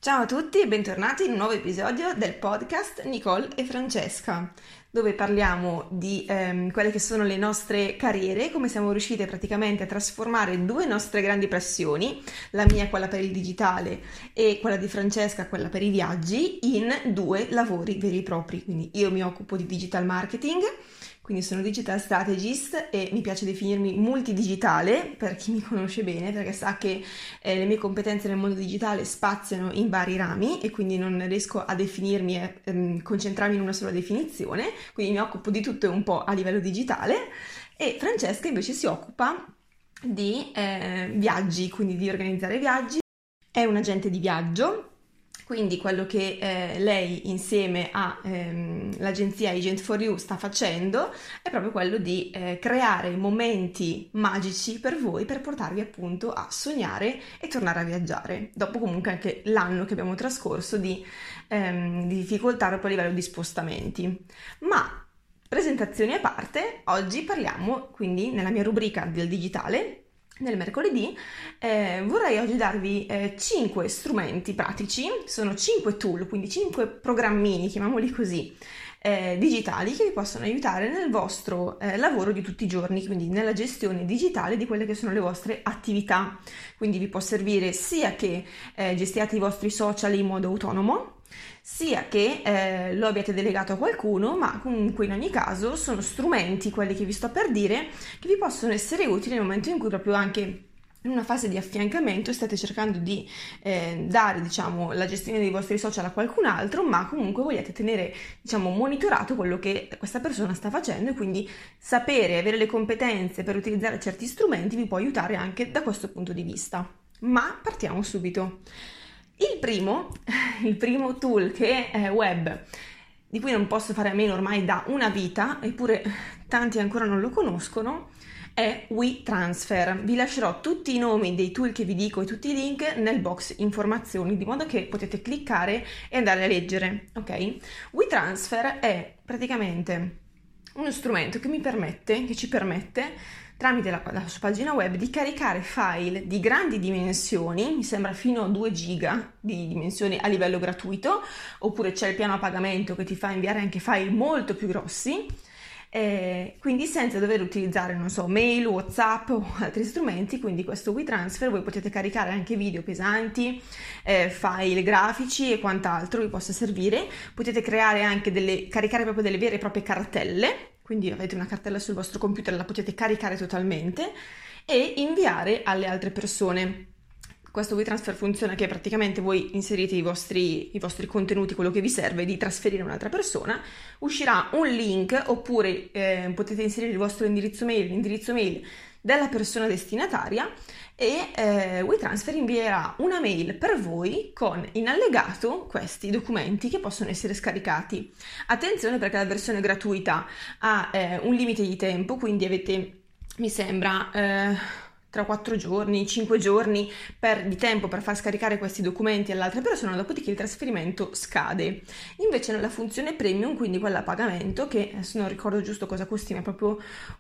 Ciao a tutti e bentornati in un nuovo episodio del podcast Nicole e Francesca, dove parliamo di quelle che sono le nostre carriere, come siamo riuscite praticamente a trasformare due nostre grandi passioni, la mia quella per il digitale e quella di Francesca quella per i viaggi, in due lavori veri e propri. Quindi io mi occupo di digital marketing, quindi sono digital strategist e mi piace definirmi multidigitale per chi mi conosce bene, perché sa che le mie competenze nel mondo digitale spaziano in vari rami e quindi non riesco a definirmi e concentrarmi in una sola definizione, quindi mi occupo di tutto e un po' a livello digitale. E Francesca invece si occupa di viaggi, quindi di organizzare viaggi, è un agente di viaggio. Quindi quello che lei insieme all'agenzia Agent4U sta facendo è proprio quello di creare momenti magici per voi, per portarvi appunto a sognare e tornare a viaggiare, dopo comunque anche l'anno che abbiamo trascorso di difficoltà proprio a livello di spostamenti. Ma presentazioni a parte, oggi parliamo quindi nella mia rubrica del digitale. Nel mercoledì vorrei oggi darvi 5 strumenti pratici, sono 5 tool, quindi 5 programmini, chiamiamoli così, digitali che vi possono aiutare nel vostro lavoro di tutti i giorni, quindi nella gestione digitale di quelle che sono le vostre attività. Quindi vi può servire sia che gestiate i vostri social in modo autonomo, sia che lo abbiate delegato a qualcuno, ma comunque in ogni caso sono strumenti, quelli che vi sto per dire, che vi possono essere utili nel momento in cui proprio anche in una fase di affiancamento state cercando di dare, diciamo, la gestione dei vostri social a qualcun altro, ma comunque vogliate tenere, diciamo, monitorato quello che questa persona sta facendo e quindi sapere, avere le competenze per utilizzare certi strumenti vi può aiutare anche da questo punto di vista. Ma partiamo subito. Il primo tool che è web, di cui non posso fare a meno ormai da una vita, eppure tanti ancora non lo conoscono, è WeTransfer. Vi lascerò tutti i nomi dei tool che vi dico e tutti i link nel box informazioni, di modo che potete cliccare e andare a leggere, ok? WeTransfer è praticamente uno strumento che ci permette tramite la sua pagina web di caricare file di grandi dimensioni, mi sembra fino a 2 giga di dimensioni a livello gratuito, oppure c'è il piano a pagamento che ti fa inviare anche file molto più grossi, quindi senza dover utilizzare, non so, mail, WhatsApp o altri strumenti. Quindi questo WeTransfer voi potete caricare anche video pesanti, file grafici e quant'altro vi possa servire. Potete creare anche caricare proprio delle vere e proprie cartelle, quindi avete una cartella sul vostro computer, la potete caricare totalmente e inviare alle altre persone. Questo WeTransfer funziona che praticamente voi inserite i vostri contenuti, quello che vi serve di trasferire a un'altra persona, uscirà un link oppure potete inserire il vostro indirizzo mail, l'indirizzo mail della persona destinataria e WeTransfer invierà una mail per voi con in allegato questi documenti che possono essere scaricati. Attenzione, perché la versione gratuita ha un limite di tempo, quindi avete, mi sembra, 3-4 giorni, 5 giorni di tempo per far scaricare questi documenti all'altra persona, dopodiché il trasferimento scade. Invece nella funzione premium, quindi quella a pagamento, che adesso non ricordo giusto cosa costi, ma è proprio,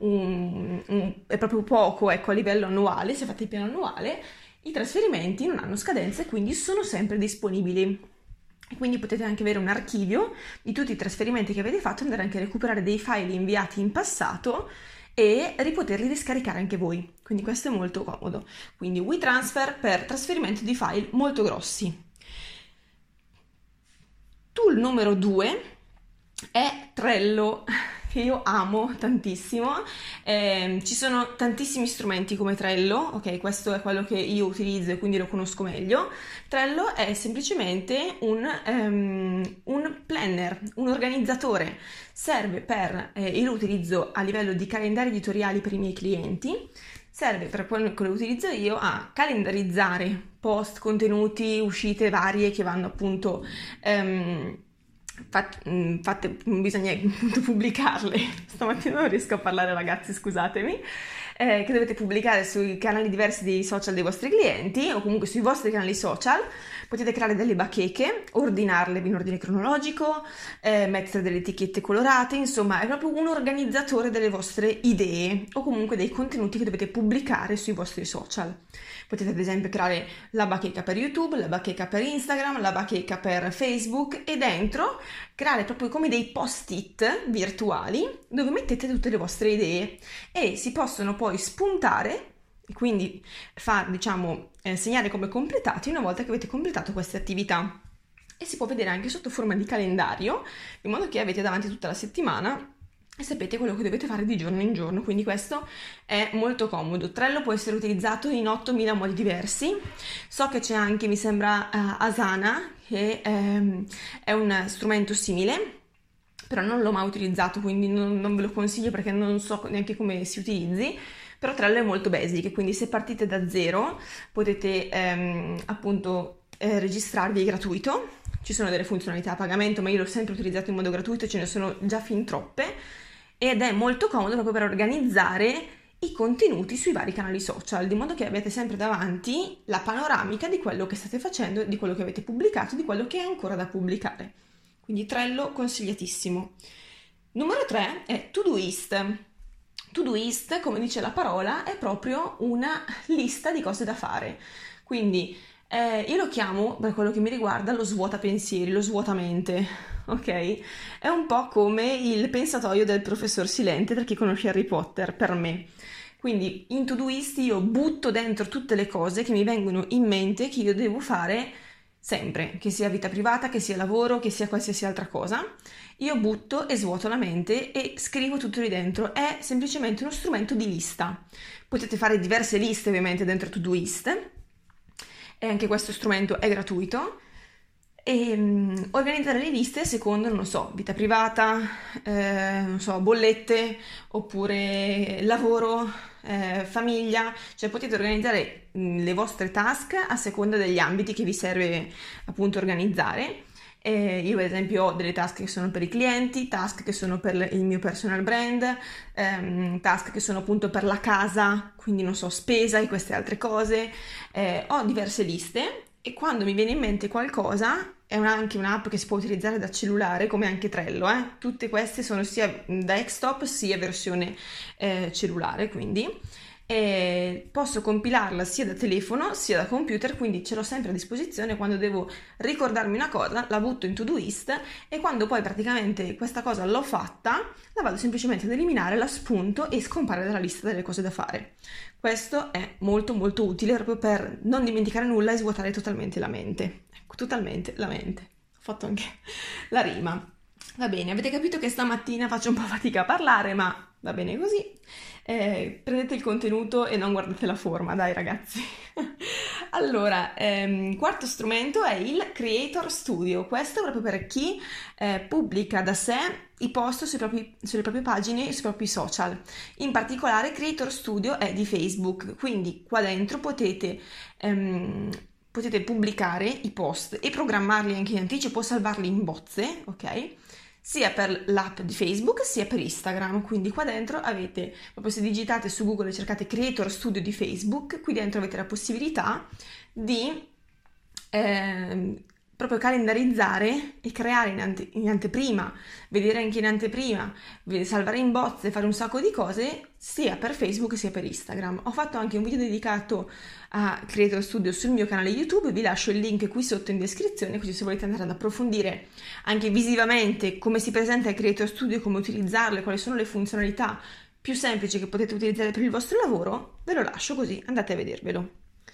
è proprio poco, ecco, a livello annuale, se fate il piano annuale, i trasferimenti non hanno scadenza e quindi sono sempre disponibili. E quindi potete anche avere un archivio di tutti i trasferimenti che avete fatto, andare anche a recuperare dei file inviati in passato e ripoterli riscaricare anche voi. Quindi questo è molto comodo. Quindi WeTransfer per trasferimento di file molto grossi. Tool numero 2 è Trello, che io amo tantissimo. Ci sono tantissimi strumenti come Trello, ok? Questo è quello che io utilizzo e quindi lo conosco meglio. Trello è semplicemente un planner, un organizzatore. Serve per il utilizzo a livello di calendari editoriali per i miei clienti. Serve per quello che lo utilizzo io a calendarizzare post, contenuti, uscite varie che vanno appunto fatte, bisogna appunto pubblicarle. Stamattina non riesco a parlare, ragazzi, scusatemi. che dovete pubblicare sui canali diversi dei social dei vostri clienti o comunque sui vostri canali social. Potete creare delle bacheche, ordinarle in ordine cronologico, mettere delle etichette colorate, insomma è proprio un organizzatore delle vostre idee o comunque dei contenuti che dovete pubblicare sui vostri social. Potete ad esempio creare la bacheca per YouTube, la bacheca per Instagram, la bacheca per Facebook e dentro creare proprio come dei post-it virtuali dove mettete tutte le vostre idee e si possono poi spuntare e quindi segnare come completati una volta che avete completato queste attività. E si può vedere anche sotto forma di calendario, in modo che avete davanti tutta la settimana e sapete quello che dovete fare di giorno in giorno, quindi questo è molto comodo. Trello può essere utilizzato in 8000 modi diversi. So che c'è anche, mi sembra, Asana, che è un strumento simile, però non l'ho mai utilizzato, quindi non ve lo consiglio perché non so neanche come si utilizzi. Però Trello è molto basic, quindi se partite da zero potete registrarvi gratuito. Ci sono delle funzionalità a pagamento, ma io l'ho sempre utilizzato in modo gratuito, ce ne sono già fin troppe, ed è molto comodo proprio per organizzare i contenuti sui vari canali social, di modo che abbiate sempre davanti la panoramica di quello che state facendo, di quello che avete pubblicato, di quello che è ancora da pubblicare. Quindi Trello consigliatissimo. Numero 3 è Todoist. Todoist, come dice la parola, è proprio una lista di cose da fare. Quindi io lo chiamo, per quello che mi riguarda, lo svuotapensieri, lo svuotamente, ok? È un po' come il pensatoio del professor Silente, per chi conosce Harry Potter, per me. Quindi in Todoist io butto dentro tutte le cose che mi vengono in mente che io devo fare sempre, che sia vita privata, che sia lavoro, che sia qualsiasi altra cosa. Io butto e svuoto la mente e scrivo tutto lì dentro. È semplicemente uno strumento di lista. Potete fare diverse liste ovviamente dentro Todoist e anche questo strumento è gratuito. E organizzare le liste secondo, non so, vita privata, non so, bollette, oppure lavoro, famiglia, cioè potete organizzare le vostre task a seconda degli ambiti che vi serve appunto organizzare. Io ad esempio ho delle task che sono per i clienti, task che sono per il mio personal brand, task che sono appunto per la casa, quindi non so, spesa e queste altre cose. Ho diverse liste e quando mi viene in mente qualcosa, è anche un'app che si può utilizzare da cellulare, come anche Trello, tutte queste sono sia da desktop sia versione cellulare, quindi posso compilarla sia da telefono sia da computer, quindi ce l'ho sempre a disposizione. Quando devo ricordarmi una cosa la butto in Todoist e quando poi praticamente questa cosa l'ho fatta la vado semplicemente ad eliminare, la spunto e scompare dalla lista delle cose da fare. Questo è molto molto utile proprio per non dimenticare nulla e svuotare totalmente la mente. Ecco, totalmente la mente. Ho fatto anche la rima. Va bene, avete capito che stamattina faccio un po' fatica a parlare, ma va bene così. Prendete il contenuto e non guardate la forma, dai ragazzi. Allora, quarto strumento è il Creator Studio. Questo è proprio per chi pubblica da sé i post sulle proprie pagine e sui propri social. In particolare Creator Studio è di Facebook, quindi qua dentro potete pubblicare i post e programmarli anche in anticipo, salvarli in bozze, ok? Sia per l'app di Facebook sia per Instagram. Quindi qua dentro avete, proprio se digitate su Google e cercate Creator Studio di Facebook, qui dentro avete la possibilità di proprio calendarizzare e creare in anteprima, vedere anche in anteprima, salvare in bozze, fare un sacco di cose sia per Facebook sia per Instagram. Ho fatto anche un video dedicato a Creator Studio sul mio canale YouTube, vi lascio il link qui sotto in descrizione, così se volete andare ad approfondire anche visivamente come si presenta il Creator Studio, come utilizzarlo e quali sono le funzionalità più semplici che potete utilizzare per il vostro lavoro, ve lo lascio così andate a vedervelo.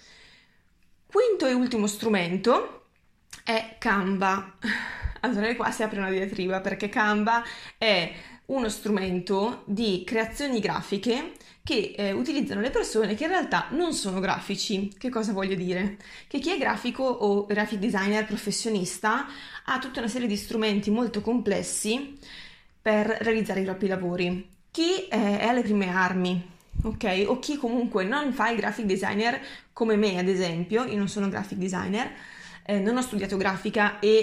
Quinto e ultimo strumento è Canva. Allora qua si apre una diatriba perché Canva è uno strumento di creazioni grafiche che utilizzano le persone che in realtà non sono grafici. Che cosa voglio dire? Che chi è grafico o graphic designer professionista ha tutta una serie di strumenti molto complessi per realizzare i propri lavori. Chi è alle prime armi, ok? O chi comunque non fa il graphic designer come me ad esempio, io non sono graphic designer, non ho studiato grafica e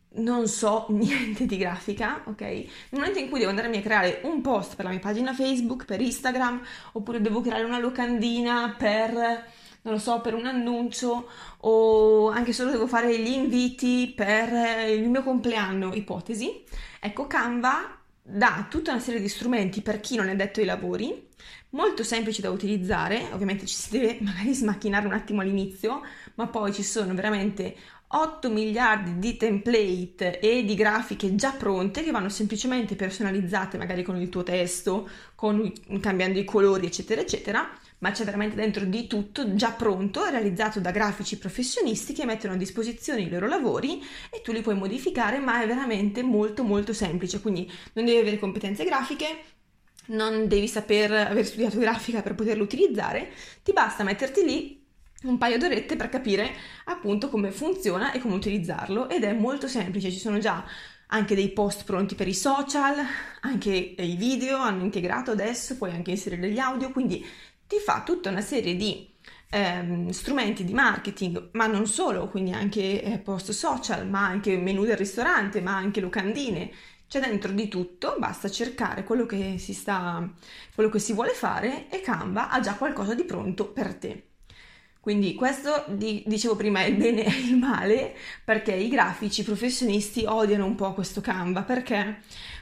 non so niente di grafica, ok? Nel momento in cui devo andarmi a creare un post per la mia pagina Facebook, per Instagram, oppure devo creare una locandina per, non lo so, per un annuncio, o anche solo devo fare gli inviti per il mio compleanno, ipotesi, ecco, Canva dà tutta una serie di strumenti per chi non è addetto ai lavori, molto semplici da utilizzare, ovviamente ci si deve magari smacchinare un attimo all'inizio, ma poi ci sono veramente 8 miliardi di template e di grafiche già pronte che vanno semplicemente personalizzate, magari con il tuo testo, cambiando i colori, eccetera, eccetera, ma c'è veramente dentro di tutto già pronto, realizzato da grafici professionisti che mettono a disposizione i loro lavori e tu li puoi modificare, ma è veramente molto molto semplice, quindi non devi avere competenze grafiche, non devi aver studiato grafica per poterlo utilizzare, ti basta metterti lì un paio d'orette per capire appunto come funziona e come utilizzarlo, ed è molto semplice. Ci sono già anche dei post pronti per i social, anche i video hanno integrato adesso, puoi anche inserire degli audio, quindi ti fa tutta una serie di strumenti di marketing, ma non solo, quindi anche post social, ma anche menu del ristorante, ma anche locandine. C'è dentro di tutto, basta cercare quello che si vuole fare e Canva ha già qualcosa di pronto per te. Quindi questo, dicevo prima, è il bene e il male, perché i grafici professionisti odiano un po' questo Canva, perché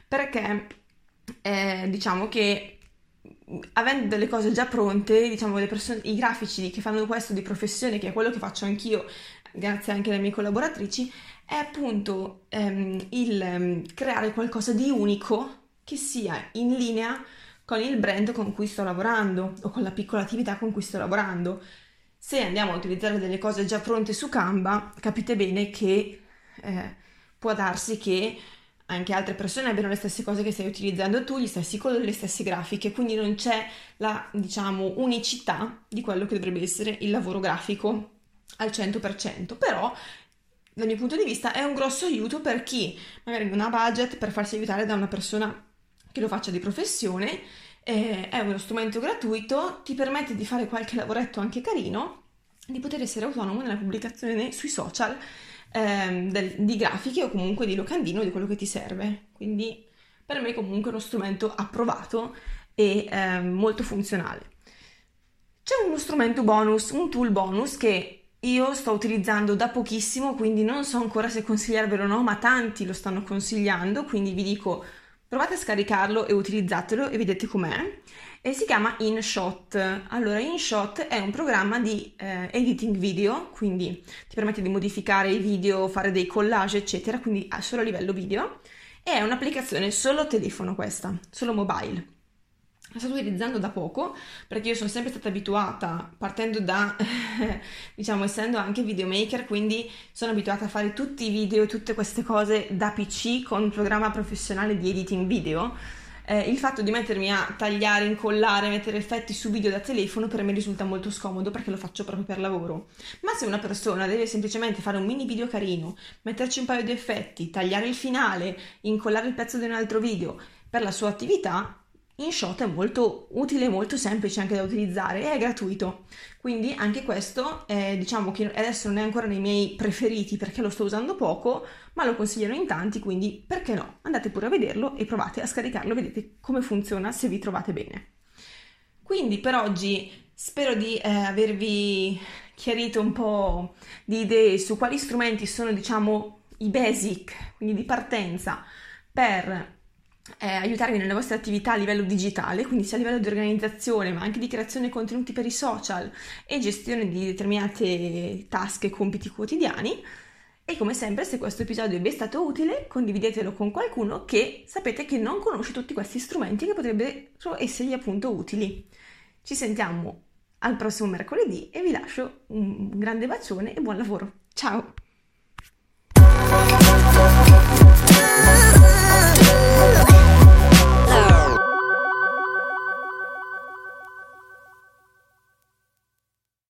diciamo che avendo delle cose già pronte, diciamo i grafici che fanno questo di professione, che è quello che faccio anch'io, grazie anche alle mie collaboratrici, è appunto il creare qualcosa di unico che sia in linea con il brand con cui sto lavorando o con la piccola attività con cui sto lavorando. Se andiamo a utilizzare delle cose già pronte su Canva, capite bene che può darsi che anche altre persone abbiano le stesse cose che stai utilizzando tu, gli stessi colori, le stesse grafiche, quindi non c'è la, diciamo, unicità di quello che dovrebbe essere il lavoro grafico al 100%, però dal mio punto di vista è un grosso aiuto per chi magari non ha budget per farsi aiutare da una persona che lo faccia di professione. È uno strumento gratuito, ti permette di fare qualche lavoretto anche carino, di poter essere autonomo nella pubblicazione sui social di grafiche o comunque di locandino, di quello che ti serve. Quindi per me comunque è uno strumento approvato e molto funzionale. C'è uno strumento bonus, un tool bonus che io sto utilizzando da pochissimo, quindi non so ancora se consigliarvelo o no, ma tanti lo stanno consigliando, quindi vi dico provate a scaricarlo e utilizzatelo e vedete com'è. E si chiama InShot. Allora, InShot è un programma di editing video, quindi ti permette di modificare i video, fare dei collage, eccetera, quindi solo a livello video. E è un'applicazione solo telefono questa, solo mobile. La sto utilizzando da poco perché io sono sempre stata abituata, partendo da, diciamo, essendo anche videomaker, quindi sono abituata a fare tutti i video e tutte queste cose da PC con un programma professionale di editing video. Il fatto di mettermi a tagliare, incollare, mettere effetti su video da telefono per me risulta molto scomodo perché lo faccio proprio per lavoro. Ma se una persona deve semplicemente fare un mini video carino, metterci un paio di effetti, tagliare il finale, incollare il pezzo di un altro video per la sua attività, InShot è molto utile, molto semplice anche da utilizzare e è gratuito, quindi anche questo diciamo che adesso non è ancora nei miei preferiti perché lo sto usando poco, ma lo consigliano in tanti, quindi perché no? Andate pure a vederlo e provate a scaricarlo, vedete come funziona se vi trovate bene. Quindi per oggi spero di avervi chiarito un po' di idee su quali strumenti sono, diciamo, i basic, quindi di partenza per aiutarvi nelle vostre attività a livello digitale, quindi sia a livello di organizzazione ma anche di creazione di contenuti per i social e gestione di determinate task e compiti quotidiani. E come sempre, se questo episodio vi è stato utile, condividetelo con qualcuno che sapete che non conosce tutti questi strumenti che potrebbero essergli appunto utili. Ci sentiamo al prossimo mercoledì e vi lascio un grande bacione e buon lavoro. Ciao!